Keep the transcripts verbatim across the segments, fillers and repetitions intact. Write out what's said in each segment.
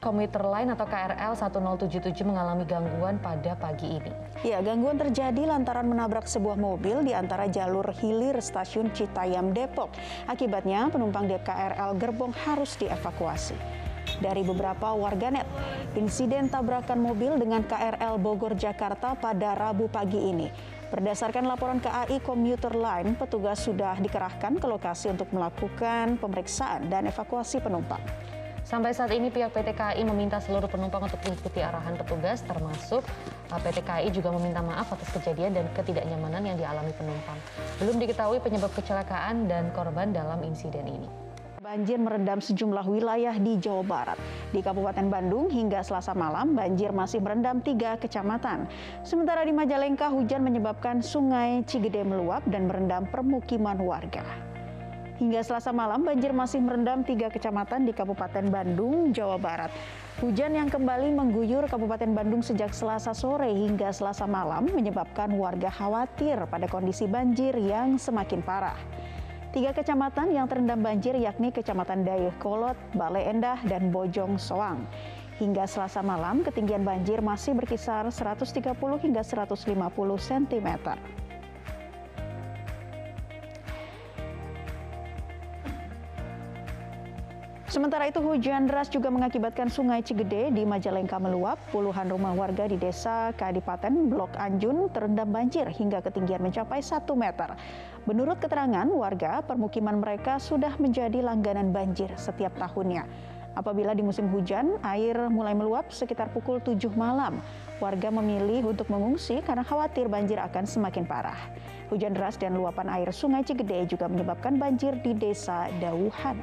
komuter lain atau K R L seribu tujuh puluh tujuh mengalami gangguan pada pagi ini. Ya, gangguan terjadi lantaran menabrak sebuah mobil di antara jalur hilir stasiun Citayam Depok. Akibatnya, penumpang di K R L Gerbong harus dievakuasi. Dari beberapa warganet, insiden tabrakan mobil dengan K R L Bogor Jakarta pada Rabu pagi ini. Berdasarkan laporan K A I Komuter Line, petugas sudah dikerahkan ke lokasi untuk melakukan pemeriksaan dan evakuasi penumpang. Sampai saat ini pihak P T K A I meminta seluruh penumpang untuk mengikuti arahan petugas, termasuk P T K A I juga meminta maaf atas kejadian dan ketidaknyamanan yang dialami penumpang. Belum diketahui penyebab kecelakaan dan korban dalam insiden ini. Banjir merendam sejumlah wilayah di Jawa Barat. Di Kabupaten Bandung hingga Selasa malam, banjir masih merendam tiga kecamatan. Sementara di Majalengka, hujan menyebabkan Sungai Cigede meluap dan merendam permukiman warga. Hingga Selasa malam, banjir masih merendam tiga kecamatan di Kabupaten Bandung, Jawa Barat. Hujan yang kembali mengguyur Kabupaten Bandung sejak Selasa sore hingga Selasa malam menyebabkan warga khawatir pada kondisi banjir yang semakin parah. Tiga kecamatan yang terendam banjir yakni Kecamatan Dayeuh Kolot, Bale Endah, dan Bojong Soang. Hingga Selasa malam, ketinggian banjir masih berkisar seratus tiga puluh hingga seratus lima puluh sentimeter. Sementara itu, hujan deras juga mengakibatkan Sungai Cigede di Majalengka meluap. Puluhan rumah warga di desa Kadipaten Blok Anjun terendam banjir hingga ketinggian mencapai satu meter. Menurut keterangan warga, permukiman mereka sudah menjadi langganan banjir setiap tahunnya. Apabila di musim hujan, air mulai meluap sekitar pukul tujuh malam. Warga memilih untuk mengungsi karena khawatir banjir akan semakin parah. Hujan deras dan luapan air Sungai Cigede juga menyebabkan banjir di desa Dauhan.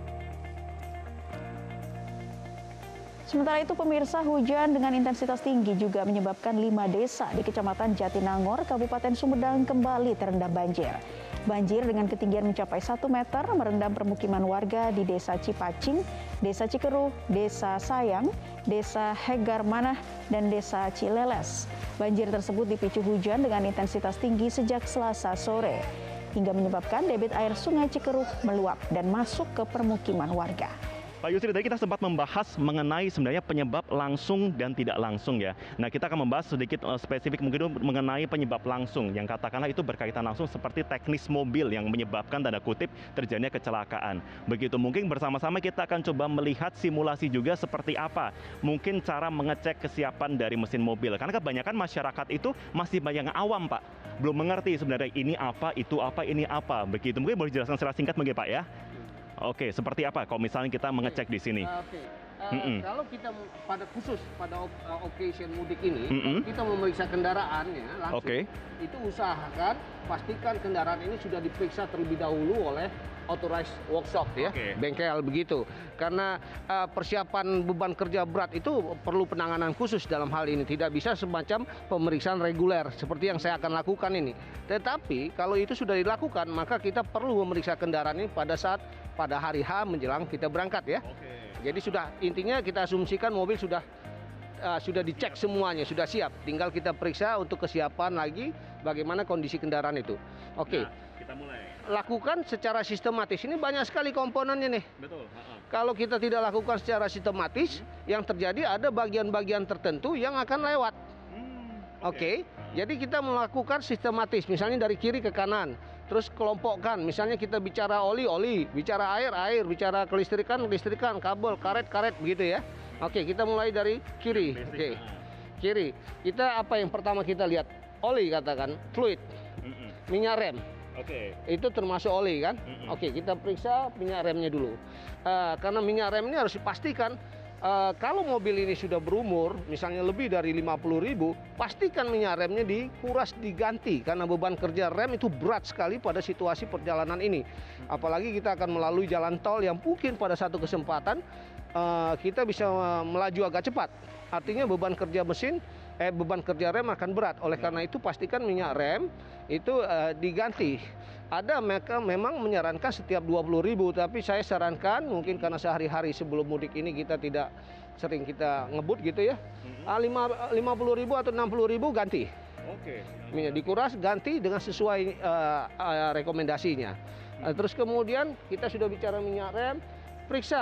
Sementara itu, pemirsa, hujan dengan intensitas tinggi juga menyebabkan lima desa di Kecamatan Jatinangor, Kabupaten Sumedang kembali terendam banjir. Banjir dengan ketinggian mencapai satu meter merendam permukiman warga di Desa Cipacing, Desa Cikeruh, Desa Sayang, Desa Hegar Manah, dan Desa Cileles. Banjir tersebut dipicu hujan dengan intensitas tinggi sejak Selasa sore, hingga menyebabkan debit air Sungai Cikeruh meluap dan masuk ke permukiman warga. Pak Yusri, tadi kita sempat membahas mengenai sebenarnya penyebab langsung dan tidak langsung ya. Nah, kita akan membahas sedikit uh, spesifik mungkin mengenai penyebab langsung yang katakanlah itu berkaitan langsung seperti teknis mobil yang menyebabkan tanda kutip terjadinya kecelakaan. Begitu, mungkin bersama-sama kita akan coba melihat simulasi juga seperti apa mungkin cara mengecek kesiapan dari mesin mobil. Karena kebanyakan masyarakat itu masih banyak yang awam, Pak. Belum mengerti sebenarnya ini apa, itu apa, ini apa. Begitu, mungkin boleh dijelaskan secara singkat mungkin Pak ya? Oke, seperti apa kalau misalnya kita mengecek di sini? Oke, uh, mm -mm. kalau kita pada khusus pada uh, occasion mudik ini, mm -mm. kita memeriksa kendaraannya langsung. Oke. Itu usahakan pastikan kendaraan ini sudah diperiksa terlebih dahulu oleh authorized workshop ya, Oke. bengkel begitu. Karena uh, persiapan beban kerja berat itu perlu penanganan khusus dalam hal ini. Tidak bisa semacam pemeriksaan reguler seperti yang saya akan lakukan ini. Tetapi kalau itu sudah dilakukan, maka kita perlu memeriksa kendaraan ini pada saat pada hari H menjelang kita berangkat ya. Oke. Jadi sudah intinya kita asumsikan mobil sudah uh, sudah dicek semuanya, sudah siap. Tinggal kita periksa untuk kesiapan lagi bagaimana kondisi kendaraan itu. Oke. Nah, kita mulai. Lakukan secara sistematis. Ini banyak sekali komponennya nih. Betul. Ha-ha. Kalau kita tidak lakukan secara sistematis, hmm. yang terjadi ada bagian-bagian tertentu yang akan lewat. Hmm. Oke. Okay. Jadi kita melakukan sistematis, misalnya dari kiri ke kanan. Terus kelompokkan, misalnya kita bicara oli, oli, bicara air, air, bicara kelistrikan, kelistrikan, kabel, karet, karet, begitu ya. Oke, kita mulai dari kiri. Oke, kiri. Kita apa yang pertama kita lihat? Oli katakan, fluid, minyak rem. Oke. Itu termasuk oli kan? Oke, kita periksa minyak remnya dulu. Uh, karena minyak rem ini harus dipastikan. Uh, kalau mobil ini sudah berumur, misalnya lebih dari lima puluh ribu, pastikan minyak remnya dikuras, diganti. Karena beban kerja rem itu berat sekali pada situasi perjalanan ini. Apalagi kita akan melalui jalan tol yang mungkin pada satu kesempatan uh, kita bisa melaju agak cepat. Artinya beban kerja mesin, eh beban kerja rem akan berat. Oleh karena itu pastikan minyak rem itu uh, diganti. Ada mereka memang menyarankan setiap dua puluh ribu, tapi saya sarankan mungkin karena sehari-hari sebelum mudik ini kita tidak sering kita ngebut gitu ya. Mm-hmm. lima puluh ribu atau enam puluh ribu ganti. Oke. Okay. Dikuras ganti dengan sesuai uh, uh, rekomendasinya. Mm-hmm. uh, terus kemudian kita sudah bicara minyak rem, periksa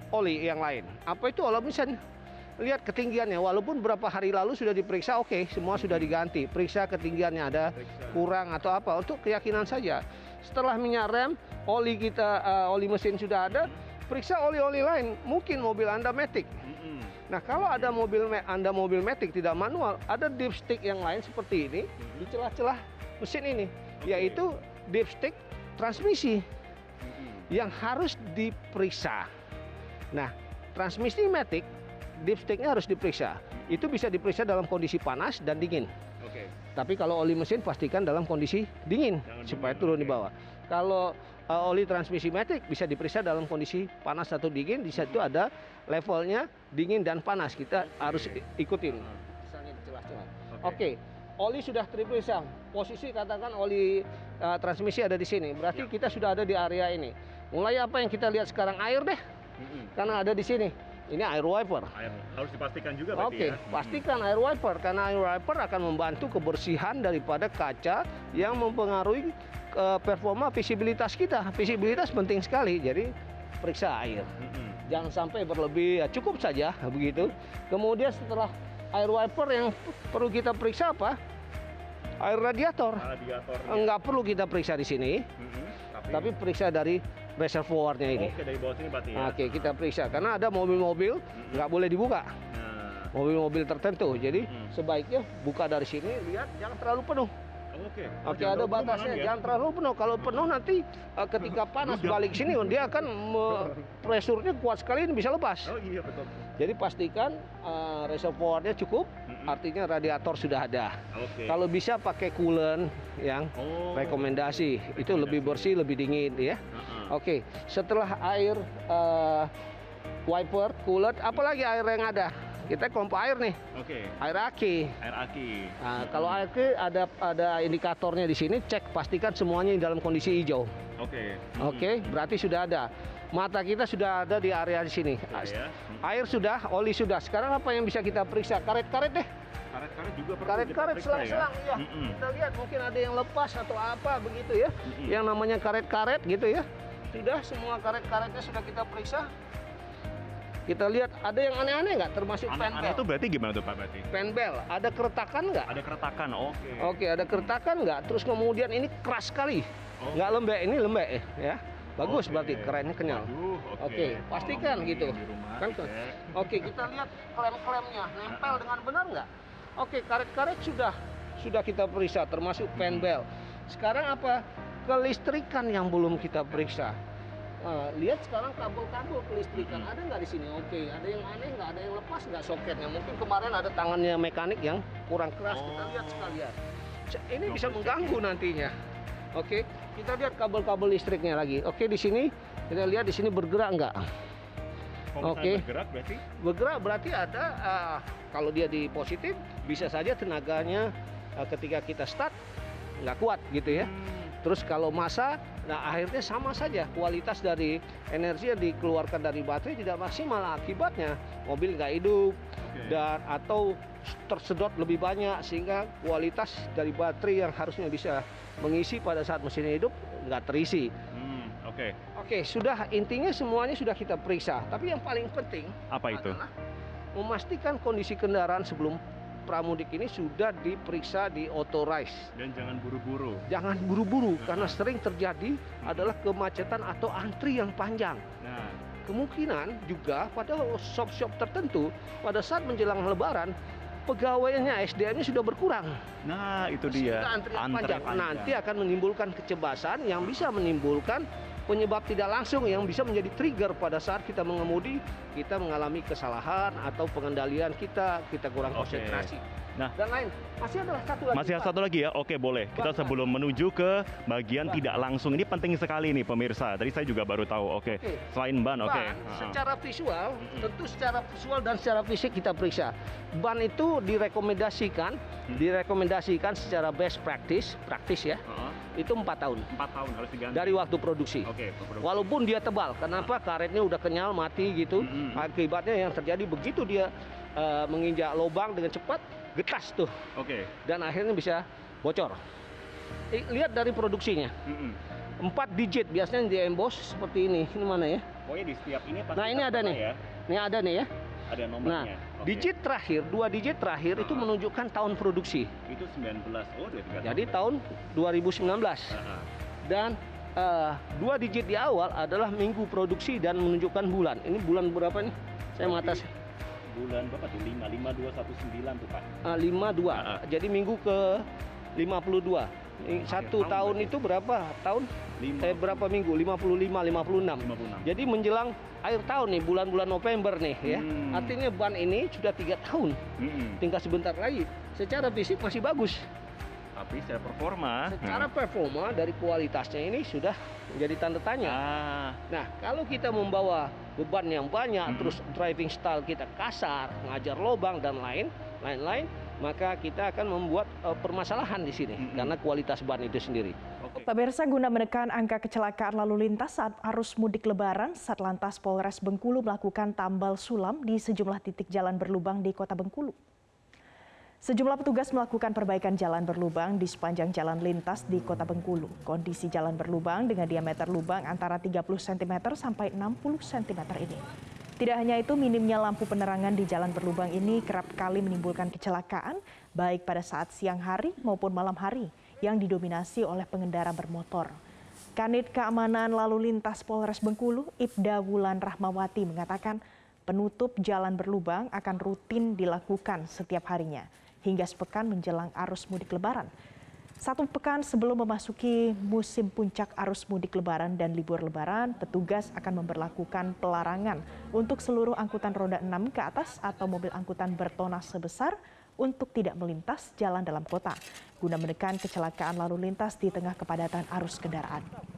oli yang lain. Apa itu oli mesin? Lihat ketinggiannya, walaupun berapa hari lalu sudah diperiksa, oke, semua sudah diganti. Periksa ketinggiannya ada kurang atau apa, untuk keyakinan saja. Setelah minyak rem, oli kita, uh, oli mesin sudah ada, periksa oli-oli lain. Mungkin mobil Anda Matic. Nah, kalau ada mobil Anda mobil Matic tidak manual, ada dipstick yang lain seperti ini di celah-celah mesin ini, yaitu dipstick transmisi yang harus diperiksa. Nah, transmisi Matic dipsticknya harus diperiksa. Itu bisa diperiksa dalam kondisi panas dan dingin. Oke. Tapi kalau oli mesin pastikan dalam kondisi dingin. Jangan supaya dingin, turun oke. di bawah. Kalau uh, oli transmisi Matic bisa diperiksa dalam kondisi panas atau dingin. Di situ ada levelnya dingin dan panas. Kita Oke. harus ikutin. Misalnya di celah-celah. Oke. Oke. Oli sudah terperiksa. Posisi katakan oli uh, transmisi ada di sini. Berarti Ya. kita sudah ada di area ini. Mulai apa yang kita lihat sekarang? Air deh. Mm-mm. Karena ada di sini. Ini air wiper. Air harus dipastikan juga berarti Oke, ya. pastikan air wiper karena air wiper akan membantu kebersihan daripada kaca yang mempengaruhi uh, performa visibilitas kita. Visibilitas penting sekali, jadi periksa air. Mm-mm. Jangan sampai berlebih, ya cukup saja begitu. Kemudian setelah air wiper yang perlu kita periksa apa? Air radiator. Radiatornya. Enggak perlu kita periksa di sini, Mm-mm. Tapi, tapi periksa dari reservoirnya ini. oke, dari bawah sini berarti ya. Oke, kita periksa karena ada mobil-mobil nggak boleh dibuka. Nah, Mobil-mobil tertentu. Jadi Hmm. sebaiknya buka dari sini, lihat jangan terlalu penuh. oke. Oke, Jangan ada terlalu batasnya, penuh, ya. jangan terlalu penuh. Kalau penuh nanti uh, ketika panas Ludah. balik sini dia akan me- pressure-nya kuat sekali ini bisa lepas. Oh iya betul. Jadi pastikan uh, reservoirnya cukup, Mm-mm. artinya radiator sudah ada. Oke. Kalau bisa pakai coolant yang Oh. rekomendasi, itu lebih bersih, lebih dingin ya. Heeh. Oke, setelah air uh, wiper, coolant, apalagi air yang ada? Kita kelompok air nih, Oke. air aki. Air aki. Nah, kalau air aki ada ada indikatornya di sini, cek pastikan semuanya dalam kondisi hijau. Oke. Oke, berarti sudah ada. Mata kita sudah ada di area di sini. Oke, ya. Air sudah, oli sudah. Sekarang apa yang bisa kita periksa? Karet-karet deh. Karet-karet juga perlu Karet-karet kita periksa selang-selang ya. ya. Mm-mm. Kita lihat mungkin ada yang lepas atau apa begitu ya. Mm-mm. Yang namanya karet-karet gitu ya. Sudah semua karet-karetnya sudah kita periksa. Kita lihat ada yang aneh-aneh nggak? Termasuk Aneh-aneh penbel. itu berarti gimana tuh Pak berarti? Penbel, ada keretakan nggak? Ada keretakan. Oke. Oke, ada keretakan nggak? Terus kemudian ini keras sekali. Oh. Nggak lembek, ini lembek ya. Bagus Oke. berarti kerennya kenyal. Waduh, oke. Oke, pastikan Tolong gitu. di rumah, Kan dicek. Oke, kita lihat klem-klemnya nempel dengan benar nggak? Oke, karet-karet sudah sudah kita periksa termasuk penbel. Sekarang apa? Kelistrikan yang belum kita periksa. Nah, lihat sekarang kabel-kabel kelistrikan ada nggak di sini? Oke, ada yang aneh nggak? Ada yang lepas nggak soketnya? Mungkin kemarin ada tangannya mekanik yang kurang keras. Kita Oh. lihat sekalian. Ini Nggak bisa boleh mengganggu nantinya. Oke, kita lihat kabel-kabel listriknya lagi. Oke, di sini kita lihat di sini bergerak nggak? Kalau misalnya Oke. bergerak berarti Bergerak berarti ada ah, kalau dia di positif bisa saja tenaganya ah, ketika kita start nggak kuat gitu ya. Hmm, Terus kalau massa, nah akhirnya sama saja kualitas dari energi yang dikeluarkan dari baterai tidak maksimal, akibatnya mobil nggak hidup oke. dan atau tersedot lebih banyak sehingga kualitas dari baterai yang harusnya bisa mengisi pada saat mesin hidup nggak terisi. Hmm, oke. Oke, sudah intinya semuanya sudah kita periksa. Tapi yang paling penting Apa itu? adalah memastikan kondisi kendaraan sebelum pramudik ini sudah diperiksa di authorize. Dan jangan buru-buru. Jangan buru-buru karena sering terjadi adalah kemacetan atau antri yang panjang. Nah, Kemungkinan juga pada shop-shop tertentu pada saat menjelang lebaran pegawainya S D M-nya sudah berkurang. nah itu dia. Sehingga antrian Antre panjang. Nanti akan menimbulkan kecebasan yang bisa menimbulkan penyebab tidak langsung yang bisa menjadi trigger pada saat kita mengemudi, kita mengalami kesalahan atau pengendalian kita, kita kurang Oke. konsentrasi. Nah. Dan lain. Masih ada satu lagi. Masih ada Pak. satu lagi ya? Oke boleh. Kita Bang, sebelum menuju ke bagian Bang. tidak langsung. Ini penting sekali nih pemirsa. Tadi saya juga baru tahu. Oke. Oke. Selain ban, oke. Ban, Ha-ha. secara visual, Mm-mm. tentu secara visual dan secara fisik kita periksa. Ban itu direkomendasikan, Hmm. direkomendasikan secara best practice, praktis ya, Ha-ha. itu empat tahun Empat tahun harus diganti. dari waktu produksi. Oke. produksi. Walaupun dia tebal, kenapa karetnya udah kenyal mati gitu, Mm-mm. akibatnya yang terjadi begitu dia eh, menginjak lubang dengan cepat, getas tuh, Oke. dan akhirnya bisa bocor. I- lihat dari produksinya, Mm-mm. empat digit biasanya di emboss seperti ini. Ini mana ya? Pokoknya di setiap ini pasti Nah, ini ada nih. ya. Ini ada nih ya. Ada Nah, nomornya. Oke. digit terakhir, dua digit terakhir itu Ah. menunjukkan tahun produksi. Itu sembilan belas. Oh, udah tiga Jadi tahun. tahun dua ribu sembilan belas. Ah, ah. Dan eh, dua digit di awal adalah minggu produksi dan menunjukkan bulan. Ini bulan berapa nih? Saya Berarti matas Bulan berapa tuh? lima, lima dua satu sembilan tuh Pak. uh, lima dua. Ah, ah. Jadi minggu ke lima puluh dua. Ini Akhir Satu tahun tahun berarti. itu berapa tahun? lima, Eh, berapa minggu? lima puluh lima, lima puluh enam. lima puluh enam. Jadi menjelang akhir tahun nih, bulan-bulan November nih ya. Hmm. Artinya ban ini sudah tiga tahun. Mm-mm. Tinggal sebentar lagi. Secara fisik masih bagus. Tapi secara performa. Secara performa dari kualitasnya ini sudah menjadi tanda tanya. Ah, Nah, kalau kita membawa beban yang banyak, Mm-mm. terus driving style kita kasar, ngajar lobang dan lain, lain-lain, maka kita akan membuat uh, permasalahan di sini Mm-mm. karena kualitas ban itu sendiri. oke. Pemirsa, guna menekan angka kecelakaan lalu lintas saat arus mudik Lebaran, Satlantas Polres Bengkulu melakukan tambal sulam di sejumlah titik jalan berlubang di Kota Bengkulu. Sejumlah petugas melakukan perbaikan jalan berlubang di sepanjang jalan lintas di Kota Bengkulu. Kondisi jalan berlubang dengan diameter lubang antara tiga puluh sentimeter sampai enam puluh sentimeter ini. Tidak hanya itu, minimnya lampu penerangan di jalan berlubang ini kerap kali menimbulkan kecelakaan, baik pada saat siang hari maupun malam hari, yang didominasi oleh pengendara bermotor. Kanit Keamanan Lalu Lintas Polres Bengkulu, Ibda Wulan Rahmawati mengatakan penutup jalan berlubang akan rutin dilakukan setiap harinya hingga sepekan menjelang arus mudik Lebaran. Satu pekan sebelum memasuki musim puncak arus mudik Lebaran dan libur Lebaran, petugas akan memberlakukan pelarangan untuk seluruh angkutan roda enam ke atas atau mobil angkutan bertonnase besar untuk tidak melintas jalan dalam kota, guna menekan kecelakaan lalu lintas di tengah kepadatan arus kendaraan.